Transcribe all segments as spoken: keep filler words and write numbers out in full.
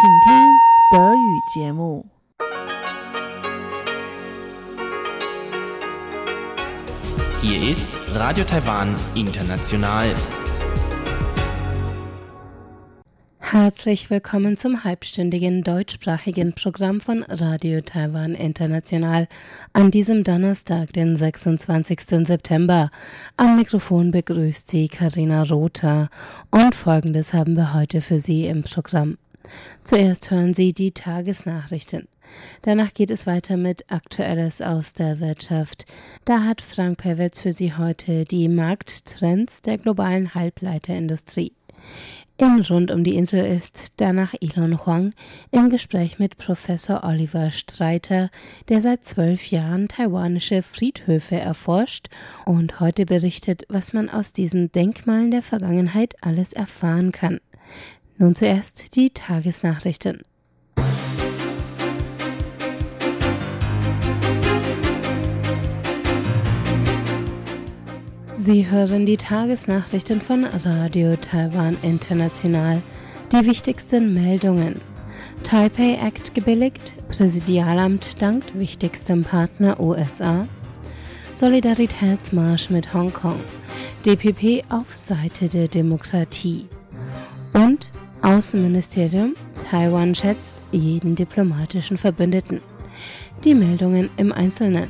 请听德语节目。 Hier ist Radio Taiwan International. Herzlich willkommen zum halbstündigen deutschsprachigen Programm von Radio Taiwan International an diesem Donnerstag, den sechsundzwanzigsten September. Am Mikrofon begrüßt Sie Carina Rother und Folgendes haben wir heute für Sie im Programm. Zuerst hören Sie die Tagesnachrichten. Danach geht es weiter mit Aktuelles aus der Wirtschaft. Da hat Frank Pewitz für Sie heute die Markttrends der globalen Halbleiterindustrie. In Rund um die Insel ist danach Elon Huang im Gespräch mit Professor Oliver Streiter, der seit zwölf Jahren taiwanische Friedhöfe erforscht und heute berichtet, was man aus diesen Denkmalen der Vergangenheit alles erfahren kann. Nun zuerst die Tagesnachrichten. Sie hören die Tagesnachrichten von Radio Taiwan International. Die wichtigsten Meldungen. Taipei Act gebilligt, Präsidialamt dankt wichtigstem Partner U S A. Solidaritätsmarsch mit Hongkong, D P P auf Seite der Demokratie. Und Außenministerium, Taiwan schätzt jeden diplomatischen Verbündeten. Die Meldungen im Einzelnen.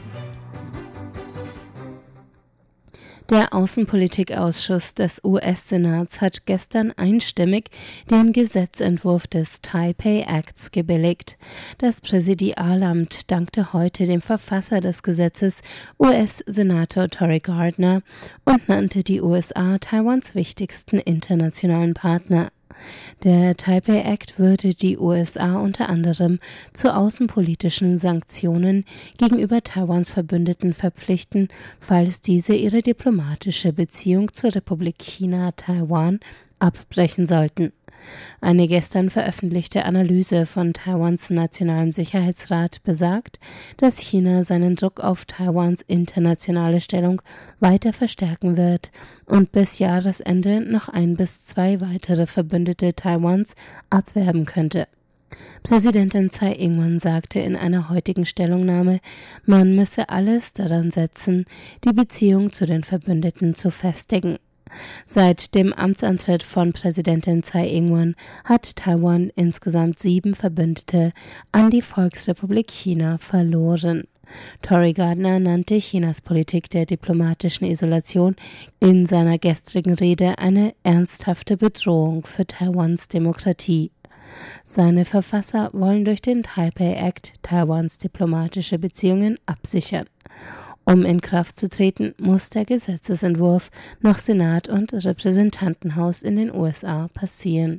Der Außenpolitikausschuss des U S-Senats hat gestern einstimmig den Gesetzentwurf des Taipei Acts gebilligt. Das Präsidialamt dankte heute dem Verfasser des Gesetzes, U S-Senator Tory Gardner, und nannte die U S A Taiwans wichtigsten internationalen Partner. Der Taipei Act würde die U S A unter anderem zu außenpolitischen Sanktionen gegenüber Taiwans Verbündeten verpflichten, falls diese ihre diplomatische Beziehung zur Republik China Taiwan abbrechen sollten. Eine gestern veröffentlichte Analyse von Taiwans Nationalem Sicherheitsrat besagt, dass China seinen Druck auf Taiwans internationale Stellung weiter verstärken wird und bis Jahresende noch ein bis zwei weitere Verbündete Taiwans abwerben könnte. Präsidentin Tsai Ing-wen sagte in einer heutigen Stellungnahme, man müsse alles daran setzen, die Beziehung zu den Verbündeten zu festigen. Seit dem Amtsantritt von Präsidentin Tsai Ing-wen hat Taiwan insgesamt sieben Verbündete an die Volksrepublik China verloren. Tory Gardner nannte Chinas Politik der diplomatischen Isolation in seiner gestrigen Rede eine ernsthafte Bedrohung für Taiwans Demokratie. Seine Verfasser wollen durch den Taipei Act Taiwans diplomatische Beziehungen absichern. Um in Kraft zu treten, muss der Gesetzesentwurf noch Senat und Repräsentantenhaus in den U S A passieren.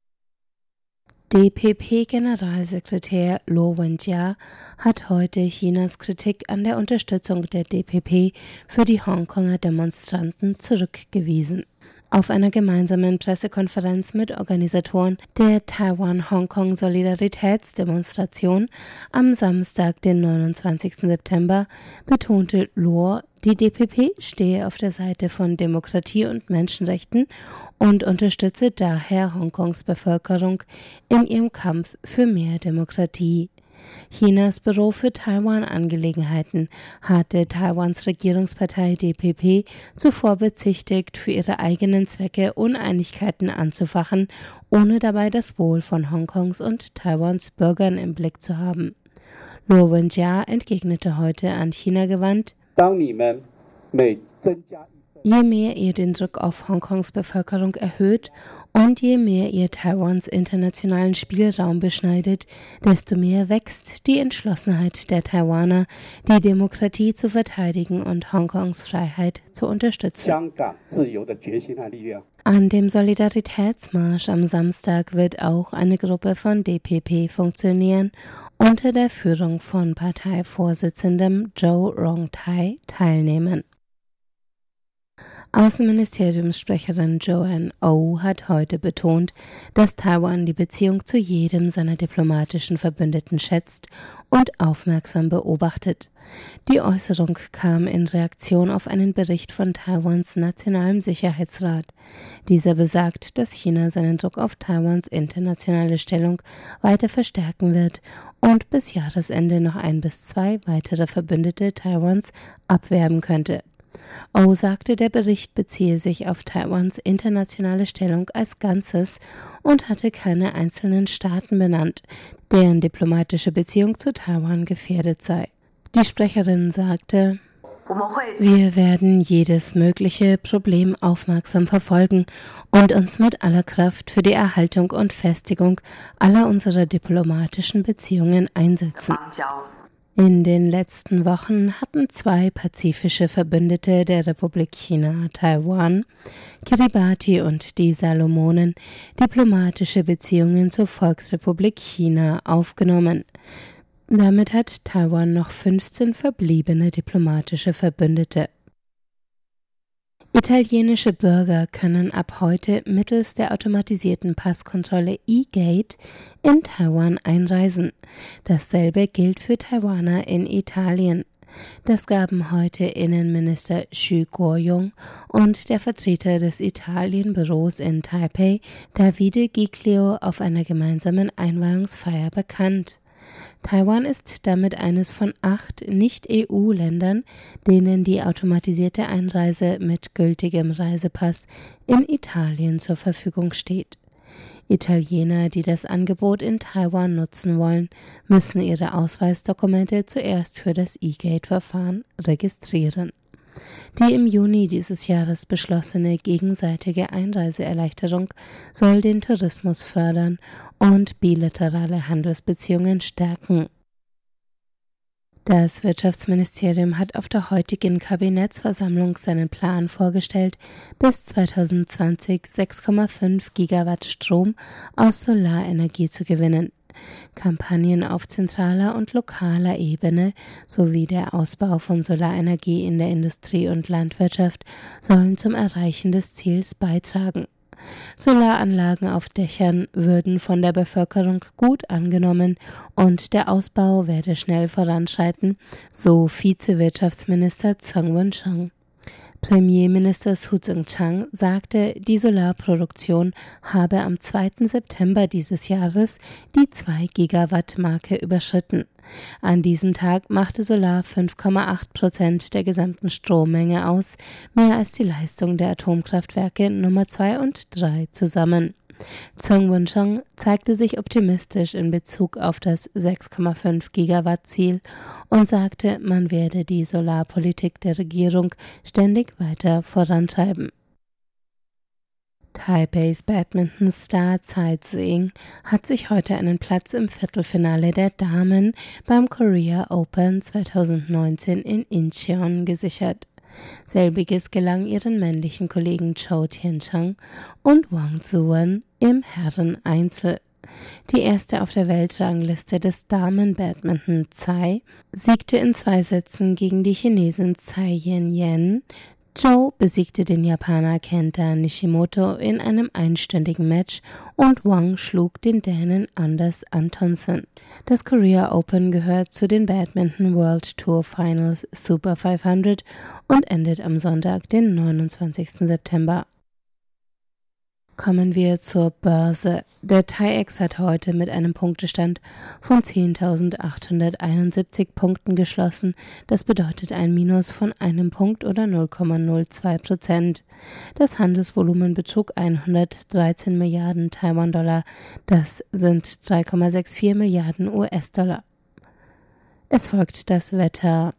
D P P-Generalsekretär Luo Wen-jia hat heute Chinas Kritik an der Unterstützung der D P P für die Hongkonger Demonstranten zurückgewiesen. Auf einer gemeinsamen Pressekonferenz mit Organisatoren der Taiwan-Hongkong-Solidaritätsdemonstration am Samstag, den neunundzwanzigsten September, betonte Luo, die D P P stehe auf der Seite von Demokratie und Menschenrechten und unterstütze daher Hongkongs Bevölkerung in ihrem Kampf für mehr Demokratie. Chinas Büro für Taiwan-Angelegenheiten hatte Taiwans Regierungspartei D P P zuvor bezichtigt, für ihre eigenen Zwecke Uneinigkeiten anzufachen, ohne dabei das Wohl von Hongkongs und Taiwans Bürgern im Blick zu haben. Luo Wen-jia entgegnete heute an China gewandt, je mehr ihr den Druck auf Hongkongs Bevölkerung erhöht und je mehr ihr Taiwans internationalen Spielraum beschneidet, desto mehr wächst die Entschlossenheit der Taiwaner, die Demokratie zu verteidigen und Hongkongs Freiheit zu unterstützen. An dem Solidaritätsmarsch am Samstag wird auch eine Gruppe von D P P-Funktionären unter der Führung von Parteivorsitzendem Zhou Rongtai teilnehmen. Außenministeriumssprecherin Joanne Oh hat heute betont, dass Taiwan die Beziehung zu jedem seiner diplomatischen Verbündeten schätzt und aufmerksam beobachtet. Die Äußerung kam in Reaktion auf einen Bericht von Taiwans Nationalem Sicherheitsrat. Dieser besagt, dass China seinen Druck auf Taiwans internationale Stellung weiter verstärken wird und bis Jahresende noch ein bis zwei weitere Verbündete Taiwans abwerben könnte. Oh sagte, der Bericht beziehe sich auf Taiwans internationale Stellung als Ganzes und hatte keine einzelnen Staaten benannt, deren diplomatische Beziehung zu Taiwan gefährdet sei. Die Sprecherin sagte: Wir werden jedes mögliche Problem aufmerksam verfolgen und uns mit aller Kraft für die Erhaltung und Festigung aller unserer diplomatischen Beziehungen einsetzen. In den letzten Wochen hatten zwei pazifische Verbündete der Republik China, Taiwan, Kiribati und die Salomonen, diplomatische Beziehungen zur Volksrepublik China aufgenommen. Damit hat Taiwan noch fünfzehn verbliebene diplomatische Verbündete. Italienische Bürger können ab heute mittels der automatisierten Passkontrolle E-Gate in Taiwan einreisen. Dasselbe gilt für Taiwaner in Italien. Das gaben heute Innenminister Xu Guoyong und der Vertreter des Italienbüros in Taipei, Davide Giglio, auf einer gemeinsamen Einweihungsfeier bekannt. Taiwan ist damit eines von acht Nicht-E U-Ländern, denen die automatisierte Einreise mit gültigem Reisepass in Italien zur Verfügung steht. Italiener, die das Angebot in Taiwan nutzen wollen, müssen ihre Ausweisdokumente zuerst für das E-Gate-Verfahren registrieren. Die im Juni dieses Jahres beschlossene gegenseitige Einreiseerleichterung soll den Tourismus fördern und bilaterale Handelsbeziehungen stärken. Das Wirtschaftsministerium hat auf der heutigen Kabinettsversammlung seinen Plan vorgestellt, bis zweitausendzwanzig sechs Komma fünf Gigawatt Strom aus Solarenergie zu gewinnen. Kampagnen auf zentraler und lokaler Ebene sowie der Ausbau von Solarenergie in der Industrie und Landwirtschaft sollen zum Erreichen des Ziels beitragen. Solaranlagen auf Dächern würden von der Bevölkerung gut angenommen und der Ausbau werde schnell voranschreiten, so Vizewirtschaftsminister Zhang Wen-sheng. Premierminister Su Tseng-chang sagte, die Solarproduktion habe am zweiten September dieses Jahres die zwei Gigawatt Marke überschritten. An diesem Tag machte Solar fünf Komma acht Prozent der gesamten Strommenge aus, mehr als die Leistung der Atomkraftwerke Nummer zwei und drei zusammen. Zhang Wen-sheng zeigte sich optimistisch in Bezug auf das sechs Komma fünf Gigawatt Ziel und sagte, man werde die Solarpolitik der Regierung ständig weiter vorantreiben. Taipeis Badminton-Star Tsai Tse-ing hat sich heute einen Platz im Viertelfinale der Damen beim Korea Open zweitausendneunzehn in Incheon gesichert. Selbiges gelang ihren männlichen Kollegen Chou Tien-chang und Wang Zuan im Herren-Einzel. Die erste auf der Weltrangliste des Damen-Badminton, Tsai, siegte in zwei Sätzen gegen die Chinesin Tsai Yen-yen. Zhou besiegte den Japaner Kenta Nishimoto in einem einstündigen Match und Wang schlug den Dänen Anders Antonsen. Das Korea Open gehört zu den Badminton World Tour Finals Super fünfhundert und endet am Sonntag, den neunundzwanzigsten September. Kommen wir zur Börse. Der T A I E X hat heute mit einem Punktestand von zehntausendachthunderteinundsiebzig Punkten geschlossen. Das bedeutet ein Minus von einem Punkt oder null Komma null zwei Prozent. Das Handelsvolumen betrug hundertdreizehn Milliarden Taiwan-Dollar. Das sind drei Komma vierundsechzig Milliarden U S-Dollar. Es folgt das Wetter.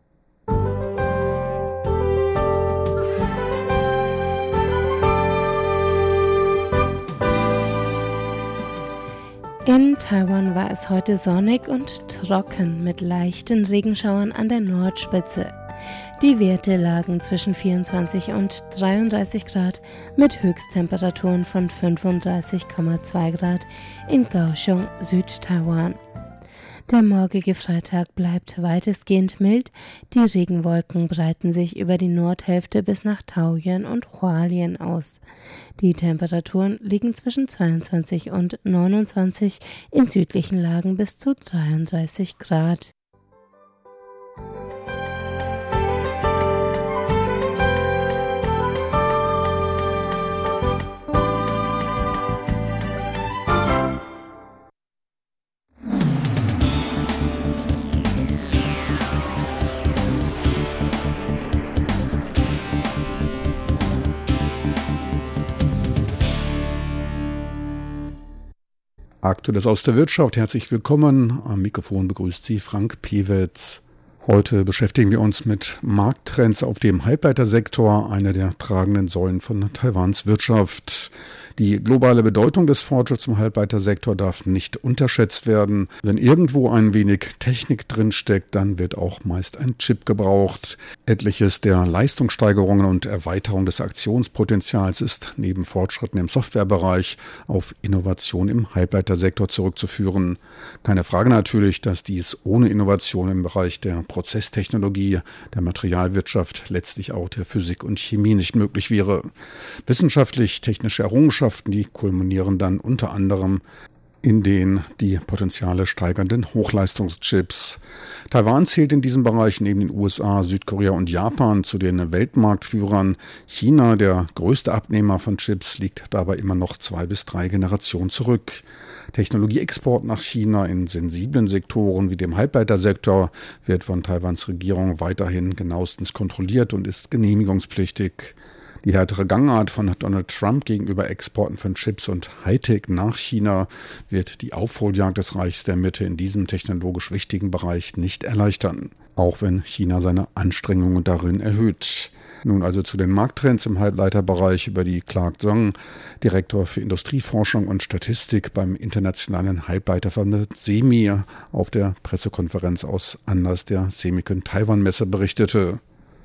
In Taiwan war es heute sonnig und trocken mit leichten Regenschauern an der Nordspitze. Die Werte lagen zwischen vierundzwanzig und dreiunddreißig Grad mit Höchsttemperaturen von fünfunddreißig Komma zwei Grad in Kaohsiung, Südtaiwan. Der morgige Freitag bleibt weitestgehend mild. Die Regenwolken breiten sich über die Nordhälfte bis nach Taoyuan und Hualien aus. Die Temperaturen liegen zwischen zweiundzwanzig und neunundzwanzig, in südlichen Lagen bis zu dreiunddreißig Grad. Aktuelles aus der Wirtschaft. Herzlich willkommen. Am Mikrofon begrüßt Sie Frank Pewitz. Heute beschäftigen wir uns mit Markttrends auf dem Halbleitersektor, einer der tragenden Säulen von Taiwans Wirtschaft. Die globale Bedeutung des Fortschritts im Halbleitersektor darf nicht unterschätzt werden. Wenn irgendwo ein wenig Technik drinsteckt, dann wird auch meist ein Chip gebraucht. Etliches der Leistungssteigerungen und Erweiterung des Aktionspotenzials ist neben Fortschritten im Softwarebereich auf Innovation im Halbleitersektor zurückzuführen. Keine Frage natürlich, dass dies ohne Innovation im Bereich der Prozesstechnologie, der Materialwirtschaft, letztlich auch der Physik und Chemie nicht möglich wäre. Wissenschaftlich-technische Errungenschaften, die kulminieren dann unter anderem in den die Potenziale steigernden Hochleistungschips. Taiwan zählt in diesem Bereich neben den U S A, Südkorea und Japan zu den Weltmarktführern. China, der größte Abnehmer von Chips, liegt dabei immer noch zwei bis drei Generationen zurück. Technologieexport nach China in sensiblen Sektoren wie dem Halbleitersektor wird von Taiwans Regierung weiterhin genauestens kontrolliert und ist genehmigungspflichtig. Die härtere Gangart von Donald Trump gegenüber Exporten von Chips und Hightech nach China wird die Aufholjagd des Reichs der Mitte in diesem technologisch wichtigen Bereich nicht erleichtern, auch wenn China seine Anstrengungen darin erhöht. Nun also zu den Markttrends im Halbleiterbereich, über die Clark Zhang, Direktor für Industrieforschung und Statistik beim internationalen Halbleiterverband SEMI, auf der Pressekonferenz aus Anlass der Semicon Taiwan Messe berichtete.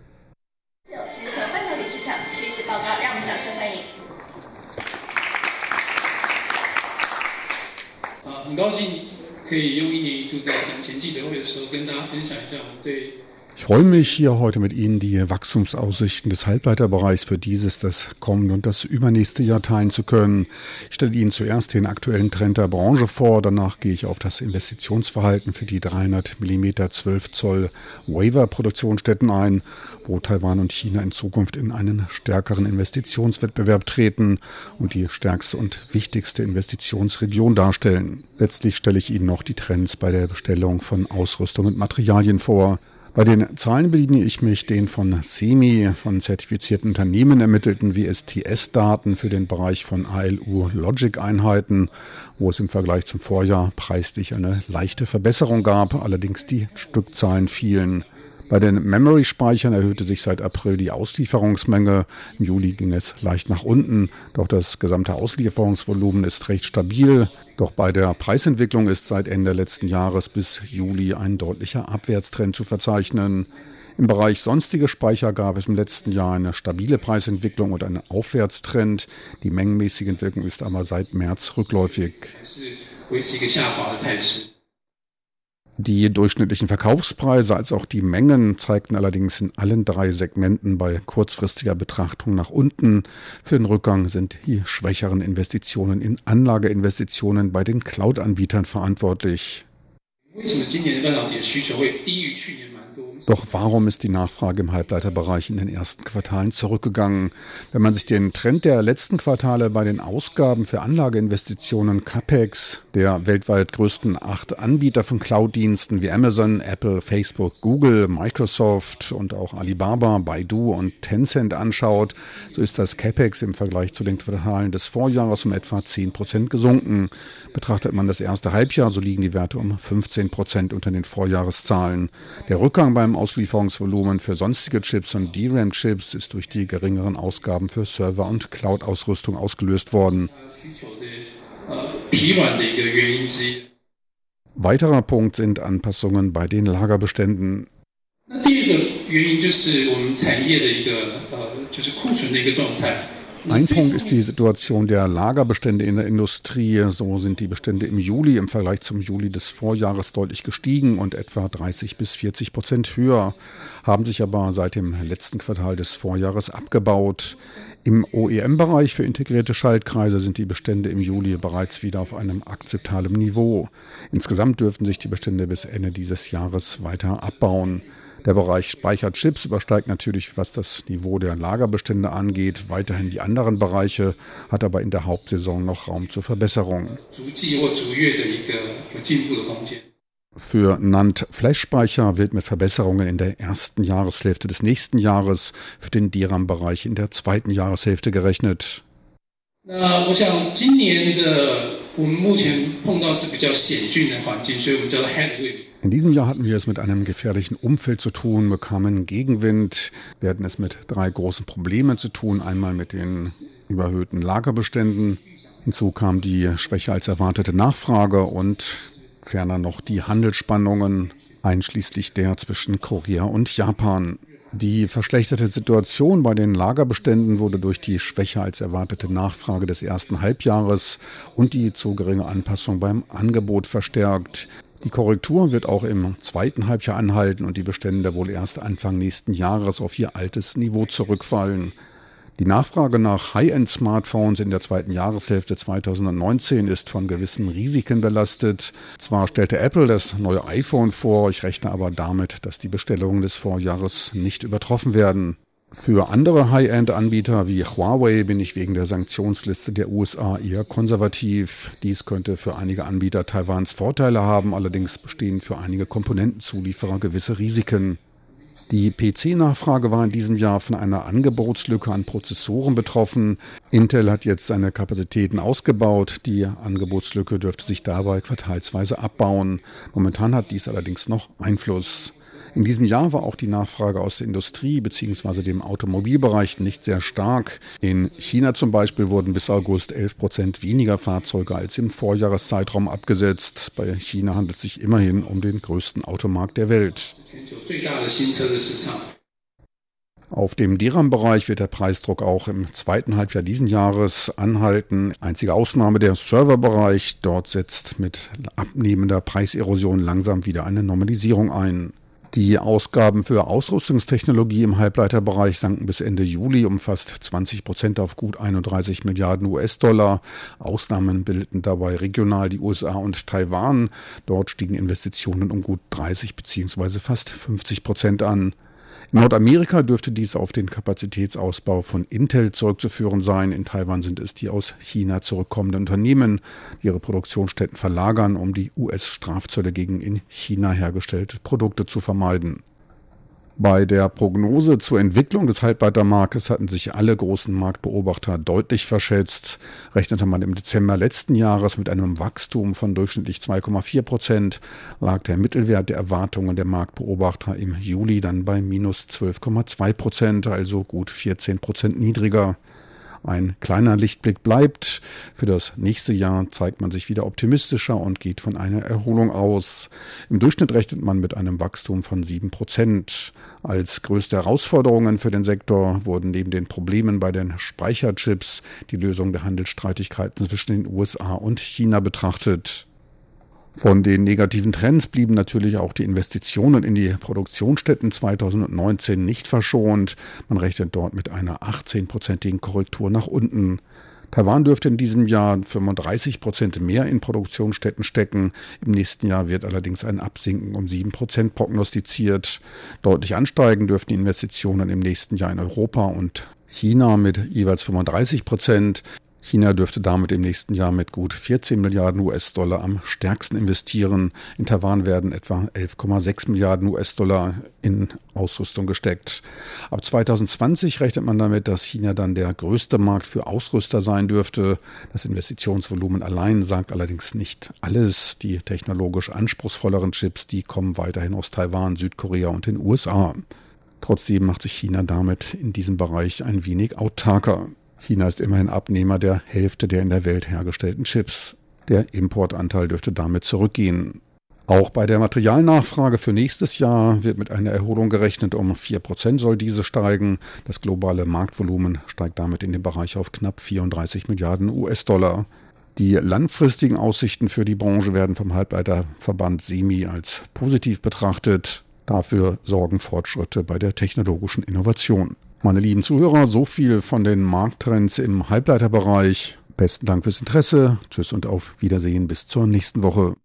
Ich freue mich, hier heute mit Ihnen die Wachstumsaussichten des Halbleiterbereichs für dieses, das kommende und das übernächste Jahr teilen zu können. Ich stelle Ihnen zuerst den aktuellen Trend der Branche vor, danach gehe ich auf das Investitionsverhalten für die dreihundert Millimeter zwölf Zoll Wafer-Produktionsstätten ein, wo Taiwan und China in Zukunft in einen stärkeren Investitionswettbewerb treten und die stärkste und wichtigste Investitionsregion darstellen. Letztlich stelle ich Ihnen noch die Trends bei der Bestellung von Ausrüstung und Materialien vor. Bei den Zahlen bediene ich mich den von SEMI, von zertifizierten Unternehmen ermittelten W S T S-Daten für den Bereich von A L U-Logic-Einheiten, wo es im Vergleich zum Vorjahr preislich eine leichte Verbesserung gab, allerdings die Stückzahlen fielen. Bei den Memory-Speichern erhöhte sich seit April die Auslieferungsmenge. Im Juli ging es leicht nach unten, doch das gesamte Auslieferungsvolumen ist recht stabil. Doch bei der Preisentwicklung ist seit Ende letzten Jahres bis Juli ein deutlicher Abwärtstrend zu verzeichnen. Im Bereich sonstige Speicher gab es im letzten Jahr eine stabile Preisentwicklung und einen Aufwärtstrend. Die mengenmäßige Entwicklung ist aber seit März rückläufig. Die durchschnittlichen Verkaufspreise als auch die Mengen zeigten allerdings in allen drei Segmenten bei kurzfristiger Betrachtung nach unten. Für den Rückgang sind die schwächeren Investitionen in Anlageinvestitionen bei den Cloud-Anbietern verantwortlich. Doch warum ist die Nachfrage im Halbleiterbereich in den ersten Quartalen zurückgegangen? Wenn man sich den Trend der letzten Quartale bei den Ausgaben für Anlageinvestitionen CapEx der weltweit größten acht Anbieter von Cloud-Diensten wie Amazon, Apple, Facebook, Google, Microsoft und auch Alibaba, Baidu und Tencent anschaut, so ist das CapEx im Vergleich zu den Quartalen des Vorjahres um etwa zehn Prozent gesunken. Betrachtet man das erste Halbjahr, so liegen die Werte um fünfzehn Prozent unter den Vorjahreszahlen. Der Rückgang beim Auslieferungsvolumen für sonstige Chips und D RAM-Chips ist durch die geringeren Ausgaben für Server- und Cloud-Ausrüstung ausgelöst worden. Weiterer Punkt sind Anpassungen bei den Lagerbeständen. Ein Punkt ist die Situation der Lagerbestände in der Industrie. So sind die Bestände im Juli im Vergleich zum Juli des Vorjahres deutlich gestiegen und etwa dreißig bis vierzig Prozent höher, haben sich aber seit dem letzten Quartal des Vorjahres abgebaut. Im O E M-Bereich für integrierte Schaltkreise sind die Bestände im Juli bereits wieder auf einem akzeptablen Niveau. Insgesamt dürften sich die Bestände bis Ende dieses Jahres weiter abbauen. Der Bereich Speicherchips übersteigt natürlich, was das Niveau der Lagerbestände angeht, weiterhin die anderen Bereiche, hat aber in der Hauptsaison noch Raum zur Verbesserung. Für N A N D-Flash-Speicher wird mit Verbesserungen in der ersten Jahreshälfte des nächsten Jahres, für den D RAM-Bereich in der zweiten Jahreshälfte gerechnet. In diesem Jahr hatten wir es mit einem gefährlichen Umfeld zu tun, bekamen Gegenwind. Wir hatten es mit drei großen Problemen zu tun. Einmal mit den überhöhten Lagerbeständen. Hinzu kam die schwächer als erwartete Nachfrage und ferner noch die Handelsspannungen, einschließlich der zwischen Korea und Japan. Die verschlechterte Situation bei den Lagerbeständen wurde durch die schwächer als erwartete Nachfrage des ersten Halbjahres und die zu geringe Anpassung beim Angebot verstärkt. Die Korrektur wird auch im zweiten Halbjahr anhalten und die Bestände wohl erst Anfang nächsten Jahres auf ihr altes Niveau zurückfallen. Die Nachfrage nach High-End-Smartphones in der zweiten Jahreshälfte zweitausendneunzehn ist von gewissen Risiken belastet. Zwar stellte Apple das neue iPhone vor, ich rechne aber damit, dass die Bestellungen des Vorjahres nicht übertroffen werden. Für andere High-End-Anbieter wie Huawei bin ich wegen der Sanktionsliste der U S A eher konservativ. Dies könnte für einige Anbieter Taiwans Vorteile haben, allerdings bestehen für einige Komponentenzulieferer gewisse Risiken. Die P C-Nachfrage war in diesem Jahr von einer Angebotslücke an Prozessoren betroffen. Intel hat jetzt seine Kapazitäten ausgebaut. Die Angebotslücke dürfte sich dabei quartalsweise abbauen. Momentan hat dies allerdings noch Einfluss. In diesem Jahr war auch die Nachfrage aus der Industrie bzw. dem Automobilbereich nicht sehr stark. In China zum Beispiel wurden bis August elf Prozent weniger Fahrzeuge als im Vorjahreszeitraum abgesetzt. Bei China handelt es sich immerhin um den größten Automarkt der Welt. Auf dem D RAM-Bereich wird der Preisdruck auch im zweiten Halbjahr diesen Jahres anhalten. Einzige Ausnahme der Serverbereich. Dort setzt mit abnehmender Preiserosion langsam wieder eine Normalisierung ein. Die Ausgaben für Ausrüstungstechnologie im Halbleiterbereich sanken bis Ende Juli um fast zwanzig Prozent auf gut einunddreißig Milliarden U S-Dollar. Ausnahmen bildeten dabei regional die U S A und Taiwan. Dort stiegen Investitionen um gut dreißig bzw. fast fünfzig Prozent an. In Nordamerika dürfte dies auf den Kapazitätsausbau von Intel zurückzuführen sein. In Taiwan sind es die aus China zurückkommenden Unternehmen, die ihre Produktionsstätten verlagern, um die U S-Strafzölle gegen in China hergestellte Produkte zu vermeiden. Bei der Prognose zur Entwicklung des Halbleitermarktes hatten sich alle großen Marktbeobachter deutlich verschätzt. Rechnete man im Dezember letzten Jahres mit einem Wachstum von durchschnittlich zwei Komma vier Prozent, lag der Mittelwert der Erwartungen der Marktbeobachter im Juli dann bei minus zwölf Komma zwei Prozent, also gut vierzehn Prozent niedriger. Ein kleiner Lichtblick bleibt. Für das nächste Jahr zeigt man sich wieder optimistischer und geht von einer Erholung aus. Im Durchschnitt rechnet man mit einem Wachstum von sieben Prozent. Als größte Herausforderungen für den Sektor wurden neben den Problemen bei den Speicherchips die Lösung der Handelsstreitigkeiten zwischen den U S A und China betrachtet. Von den negativen Trends blieben natürlich auch die Investitionen in die Produktionsstätten zweitausendneunzehn nicht verschont. Man rechnet dort mit einer achtzehn-prozentigen Korrektur nach unten. Taiwan dürfte in diesem Jahr fünfunddreißig Prozent mehr in Produktionsstätten stecken. Im nächsten Jahr wird allerdings ein Absinken um sieben Prozent prognostiziert. Deutlich ansteigen dürften die Investitionen im nächsten Jahr in Europa und China mit jeweils fünfunddreißig Prozent. China dürfte damit im nächsten Jahr mit gut vierzehn Milliarden U S-Dollar am stärksten investieren. In Taiwan werden etwa elf Komma sechs Milliarden U S-Dollar in Ausrüstung gesteckt. Ab zweitausendzwanzig rechnet man damit, dass China dann der größte Markt für Ausrüster sein dürfte. Das Investitionsvolumen allein sagt allerdings nicht alles. Die technologisch anspruchsvolleren Chips, die kommen weiterhin aus Taiwan, Südkorea und den U S A. Trotzdem macht sich China damit in diesem Bereich ein wenig autarker. China ist immerhin Abnehmer der Hälfte der in der Welt hergestellten Chips. Der Importanteil dürfte damit zurückgehen. Auch bei der Materialnachfrage für nächstes Jahr wird mit einer Erholung gerechnet. Um vier Prozent soll diese steigen. Das globale Marktvolumen steigt damit in den Bereich auf knapp vierunddreißig Milliarden U S-Dollar. Die langfristigen Aussichten für die Branche werden vom Halbleiterverband S E M I als positiv betrachtet. Dafür sorgen Fortschritte bei der technologischen Innovation. Meine lieben Zuhörer, so viel von den Markttrends im Halbleiterbereich. Besten Dank fürs Interesse. Tschüss und auf Wiedersehen bis zur nächsten Woche.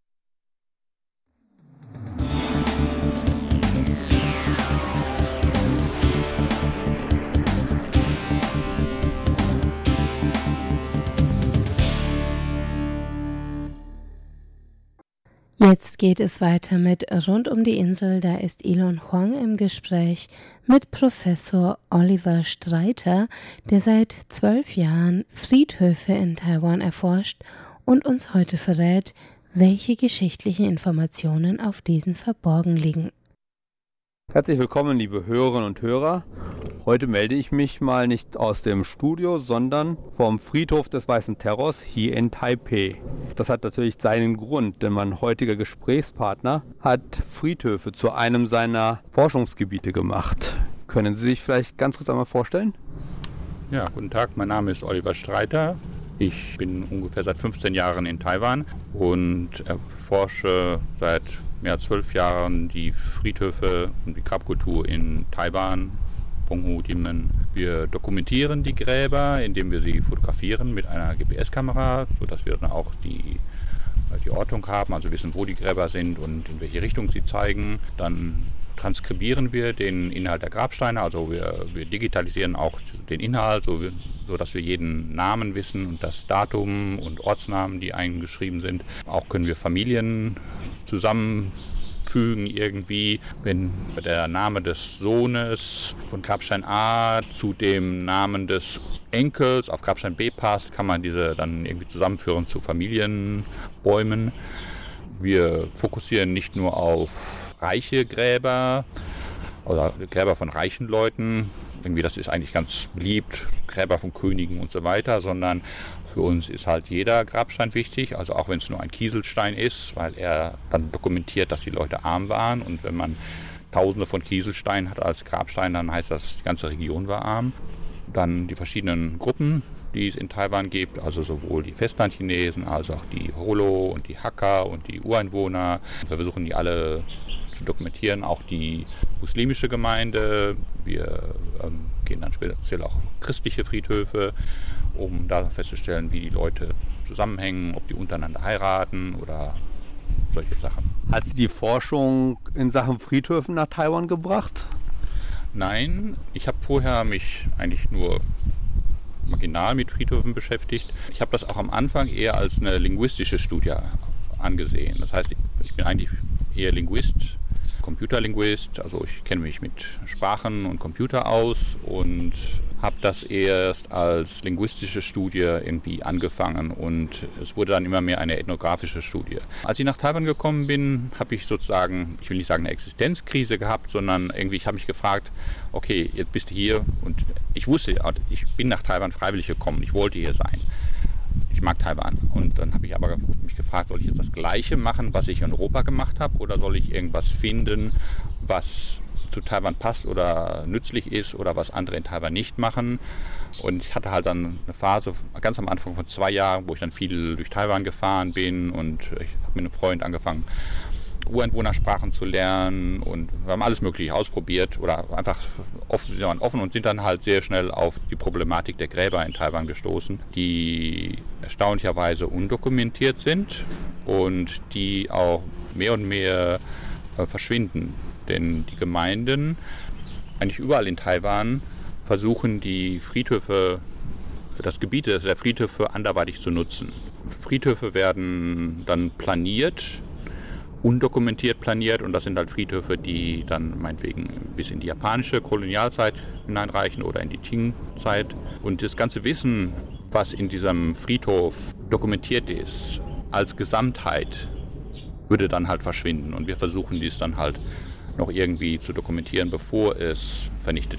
Jetzt geht es weiter mit Rund um die Insel. Da ist Elon Huang im Gespräch mit Professor Oliver Streiter, der seit zwölf Jahren Friedhöfe in Taiwan erforscht und uns heute verrät, welche geschichtlichen Informationen auf diesen verborgen liegen. Herzlich willkommen, liebe Hörerinnen und Hörer. Heute melde ich mich mal nicht aus dem Studio, sondern vom Friedhof des Weißen Terrors hier in Taipei. Das hat natürlich seinen Grund, denn mein heutiger Gesprächspartner hat Friedhöfe zu einem seiner Forschungsgebiete gemacht. Können Sie sich vielleicht ganz kurz einmal vorstellen? Ja, guten Tag, mein Name ist Oliver Streiter. Ich bin ungefähr seit fünfzehn Jahren in Taiwan und erforsche seit mehr als zwölf Jahren die Friedhöfe und die Grabkultur in Taiwan, Penghu, Dingmen. Wir dokumentieren die Gräber, indem wir sie fotografieren mit einer G P S-Kamera, sodass wir dann auch die, die Ortung haben, also wissen, wo die Gräber sind und in welche Richtung sie zeigen. Dann transkribieren wir den Inhalt der Grabsteine, also wir, wir digitalisieren auch den Inhalt, so, so dass wir jeden Namen wissen und das Datum und Ortsnamen, die eingeschrieben sind. Auch können wir Familien zusammenfügen irgendwie, wenn der Name des Sohnes von Grabstein A zu dem Namen des Enkels auf Grabstein B passt, kann man diese dann irgendwie zusammenführen zu Familienbäumen. Wir fokussieren nicht nur auf reiche Gräber oder Gräber von reichen Leuten, irgendwie das ist eigentlich ganz beliebt, Gräber von Königen und so weiter, sondern für uns ist halt jeder Grabstein wichtig, also auch wenn es nur ein Kieselstein ist, weil er dann dokumentiert, dass die Leute arm waren, und wenn man Tausende von Kieselsteinen hat als Grabstein, dann heißt das, die ganze Region war arm. Dann die verschiedenen Gruppen, die es in Taiwan gibt, also sowohl die Festlandchinesen als auch die Holo und die Hakka und die Ureinwohner. Wir versuchen die alle zu dokumentieren, auch die muslimische Gemeinde. Wir ähm, gehen dann speziell auch christliche Friedhöfe, um da festzustellen, wie die Leute zusammenhängen, ob die untereinander heiraten oder solche Sachen. Hat Sie die Forschung in Sachen Friedhöfen nach Taiwan gebracht? Nein, ich habe vorher mich eigentlich nur marginal mit Friedhöfen beschäftigt. Ich habe das auch am Anfang eher als eine linguistische Studie angesehen. Das heißt, ich bin eigentlich eher Linguist, Computerlinguist, also ich kenne mich mit Sprachen und Computer aus und habe das erst als linguistische Studie irgendwie angefangen, und es wurde dann immer mehr eine ethnografische Studie. Als ich nach Taiwan gekommen bin, habe ich sozusagen, ich will nicht sagen eine Existenzkrise gehabt, sondern irgendwie, ich habe mich gefragt, okay, jetzt bist du hier, und ich wusste, ich bin nach Taiwan freiwillig gekommen, ich wollte hier sein. Ich mag Taiwan. Und dann habe ich aber mich gefragt, soll ich jetzt das Gleiche machen, was ich in Europa gemacht habe, oder soll ich irgendwas finden, was zu Taiwan passt oder nützlich ist oder was andere in Taiwan nicht machen. Und ich hatte halt dann eine Phase ganz am Anfang von zwei Jahren, wo ich dann viel durch Taiwan gefahren bin, und ich habe mit einem Freund angefangen, Ureinwohnersprachen zu lernen, und wir haben alles Mögliche ausprobiert oder einfach offen, wir waren offen und sind dann halt sehr schnell auf die Problematik der Gräber in Taiwan gestoßen, die erstaunlicherweise undokumentiert sind und die auch mehr und mehr äh, verschwinden. Denn die Gemeinden, eigentlich überall in Taiwan, versuchen die Friedhöfe, das Gebiet der Friedhöfe anderweitig zu nutzen. Friedhöfe werden dann planiert, undokumentiert planiert, und das sind halt Friedhöfe, die dann meinetwegen bis in die japanische Kolonialzeit hineinreichen oder in die Qing-Zeit. Und das ganze Wissen, was in diesem Friedhof dokumentiert ist, als Gesamtheit, würde dann halt verschwinden. Und wir versuchen dies dann halt noch irgendwie zu dokumentieren, bevor es vernichtet wird.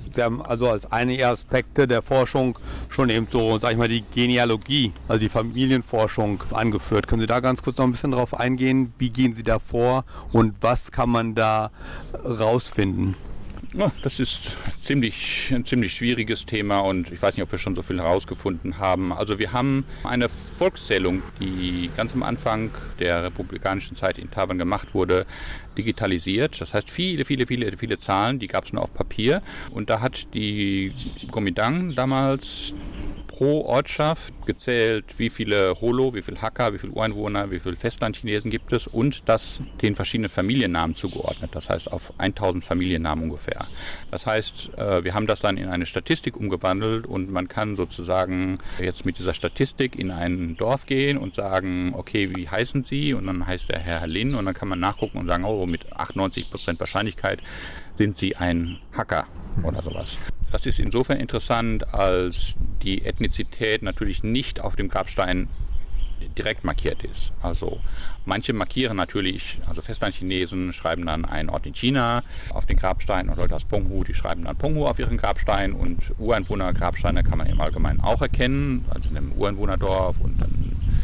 Sie haben also als einige Aspekte der Forschung schon eben so, sag ich mal, die Genealogie, also die Familienforschung angeführt. Können Sie da ganz kurz noch ein bisschen drauf eingehen? Wie gehen Sie da vor und was kann man da rausfinden? Ja, das ist ziemlich, ein ziemlich schwieriges Thema und ich weiß nicht, ob wir schon so viel herausgefunden haben. Also wir haben eine Volkszählung, die ganz am Anfang der republikanischen Zeit in Taiwan gemacht wurde, digitalisiert. Das heißt, viele, viele, viele, viele Zahlen, die gab es nur auf Papier. Und da hat die Kuomintang damals pro Ortschaft gezählt, wie viele Holo, wie viele Hakka, wie viele Ureinwohner, wie viele Festlandchinesen gibt es und das den verschiedenen Familiennamen zugeordnet. Das heißt auf tausend Familiennamen ungefähr. Das heißt, wir haben das dann in eine Statistik umgewandelt und man kann sozusagen jetzt mit dieser Statistik in ein Dorf gehen und sagen, okay, wie heißen Sie? Und dann heißt der Herr Lin und dann kann man nachgucken und sagen, oh, mit achtundneunzig Prozent Wahrscheinlichkeit sind Sie ein Hakka oder sowas. Das ist insofern interessant, als die Ethnizität natürlich nicht auf dem Grabstein direkt markiert ist. Also manche markieren natürlich, also Festlandchinesen schreiben dann einen Ort in China auf den Grabstein und Leute aus Penghu, die schreiben dann Penghu auf ihren Grabstein und Ureinwohner-Grabsteine kann man im Allgemeinen auch erkennen, also in einem Ureinwohnerdorf und dann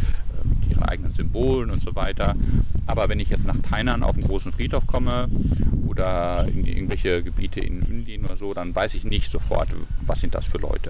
mit ihren eigenen Symbolen und so weiter. Aber wenn ich jetzt nach Tainan auf einen großen Friedhof komme oder in irgendwelche Gebiete in Yunlin oder so, dann weiß ich nicht sofort, was sind das für Leute.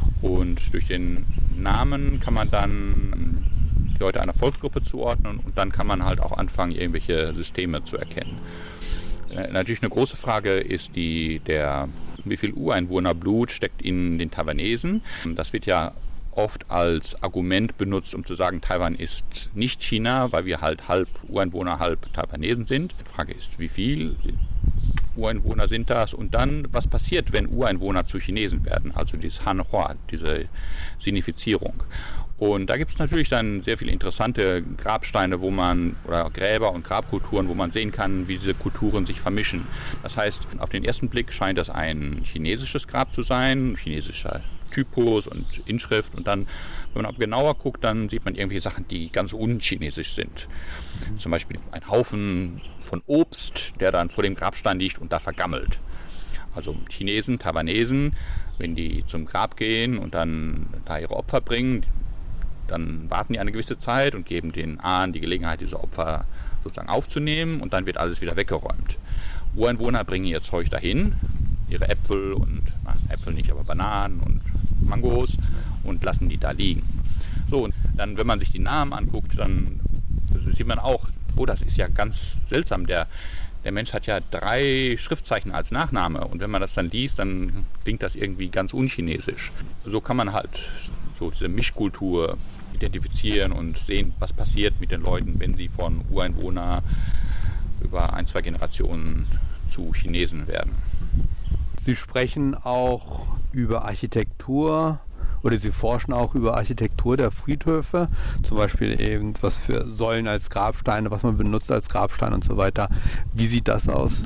Und durch den Namen kann man dann die Leute einer Volksgruppe zuordnen und dann kann man halt auch anfangen, irgendwelche Systeme zu erkennen. Natürlich eine große Frage ist die, der, wie viel Ureinwohnerblut steckt in den Taiwanesen. Das wird ja oft als Argument benutzt, um zu sagen, Taiwan ist nicht China, weil wir halt halb Ureinwohner, halb Taiwanesen sind. Die Frage ist, wie viel Ureinwohner sind das? Und dann, was passiert, wenn Ureinwohner zu Chinesen werden? Also dieses Hanhua, diese Sinifizierung. Und da gibt es natürlich dann sehr viele interessante Grabsteine, wo man, oder Gräber und Grabkulturen, wo man sehen kann, wie diese Kulturen sich vermischen. Das heißt, auf den ersten Blick scheint das ein chinesisches Grab zu sein, chinesischer Typus und Inschrift. Und dann, wenn man aber genauer guckt, dann sieht man irgendwelche Sachen, die ganz unchinesisch sind. Zum Beispiel ein Haufen von Obst, der dann vor dem Grabstein liegt und da vergammelt. Also Chinesen, Taiwanesen, wenn die zum Grab gehen und dann da ihre Opfer bringen, dann warten die eine gewisse Zeit und geben den Ahnen die Gelegenheit, diese Opfer sozusagen aufzunehmen und dann wird alles wieder weggeräumt. Ureinwohner bringen ihr Zeug dahin, ihre Äpfel und, na, Äpfel nicht, aber Bananen und Mangos und lassen die da liegen. So, und dann, wenn man sich die Namen anguckt, dann sieht man auch, oh, das ist ja ganz seltsam, der, der Mensch hat ja drei Schriftzeichen als Nachname und wenn man das dann liest, dann klingt das irgendwie ganz unchinesisch. So kann man halt so diese Mischkultur identifizieren und sehen, was passiert mit den Leuten, wenn sie von Ureinwohner über ein, zwei Generationen zu Chinesen werden. Sie sprechen auch über Architektur oder Sie forschen auch über Architektur der Friedhöfe, zum Beispiel eben was für Säulen als Grabsteine, was man benutzt als Grabstein und so weiter. Wie sieht das aus?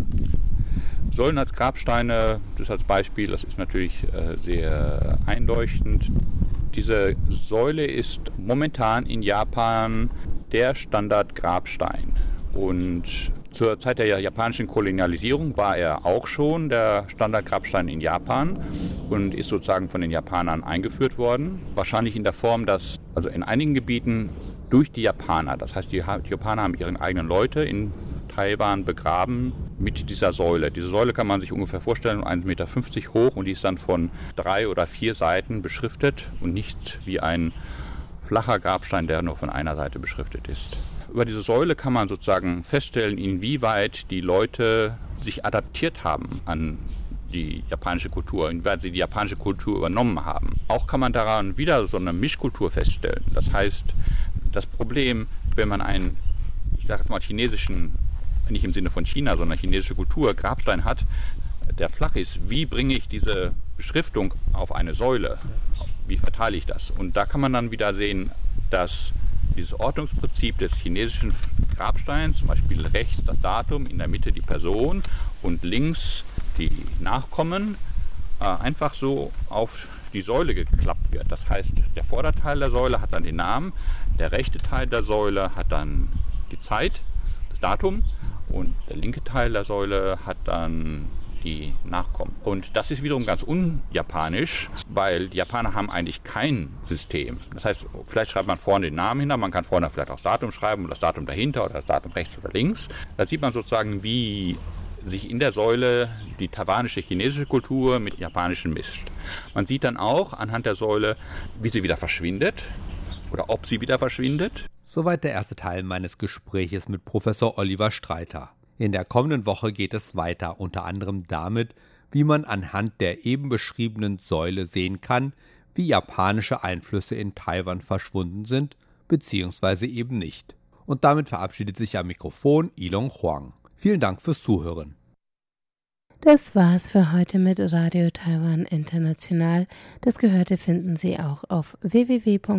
Säulen als Grabsteine, das als Beispiel, das ist natürlich äh, sehr einleuchtend. Diese Säule ist momentan in Japan der Standard-Grabstein. Und zur Zeit der japanischen Kolonialisierung war er auch schon der Standard-Grabstein in Japan und ist sozusagen von den Japanern eingeführt worden. Wahrscheinlich in der Form, dass also in einigen Gebieten durch die Japaner, das heißt die Japaner haben ihre eigenen Leute in Taiwan begraben mit dieser Säule. Diese Säule kann man sich ungefähr vorstellen, eins Komma fünfzig Meter hoch und die ist dann von drei oder vier Seiten beschriftet und nicht wie ein flacher Grabstein, der nur von einer Seite beschriftet ist. Über diese Säule kann man sozusagen feststellen, inwieweit die Leute sich adaptiert haben an die japanische Kultur, inwieweit sie die japanische Kultur übernommen haben. Auch kann man daran wieder so eine Mischkultur feststellen. Das heißt, das Problem, wenn man einen, ich sage jetzt mal chinesischen, nicht im Sinne von China, sondern chinesische Kultur, Grabstein hat, der flach ist, wie bringe ich diese Beschriftung auf eine Säule? Wie verteile ich das? Und da kann man dann wieder sehen, dass dieses Ordnungsprinzip des chinesischen Grabsteins, zum Beispiel rechts das Datum, in der Mitte die Person und links die Nachkommen, äh, einfach so auf die Säule geklappt wird. Das heißt, der Vorderteil der Säule hat dann den Namen, der rechte Teil der Säule hat dann die Zeit, das Datum und der linke Teil der Säule hat dann die nachkommen. Und das ist wiederum ganz unjapanisch, weil die Japaner haben eigentlich kein System. Das heißt, vielleicht schreibt man vorne den Namen hinter, man kann vorne vielleicht auch das Datum schreiben und das Datum dahinter oder das Datum rechts oder links. Da sieht man sozusagen, wie sich in der Säule die taiwanische chinesische Kultur mit japanischen mischt. Man sieht dann auch anhand der Säule, wie sie wieder verschwindet oder ob sie wieder verschwindet. Soweit der erste Teil meines Gespräches mit Professor Oliver Streiter. In der kommenden Woche geht es weiter, unter anderem damit, wie man anhand der eben beschriebenen Säule sehen kann, wie japanische Einflüsse in Taiwan verschwunden sind, beziehungsweise eben nicht. Und damit verabschiedet sich am Mikrofon Ilong Huang. Vielen Dank fürs Zuhören. Das war's für heute mit Radio Taiwan International. Das Gehörte finden Sie auch auf w w w punkt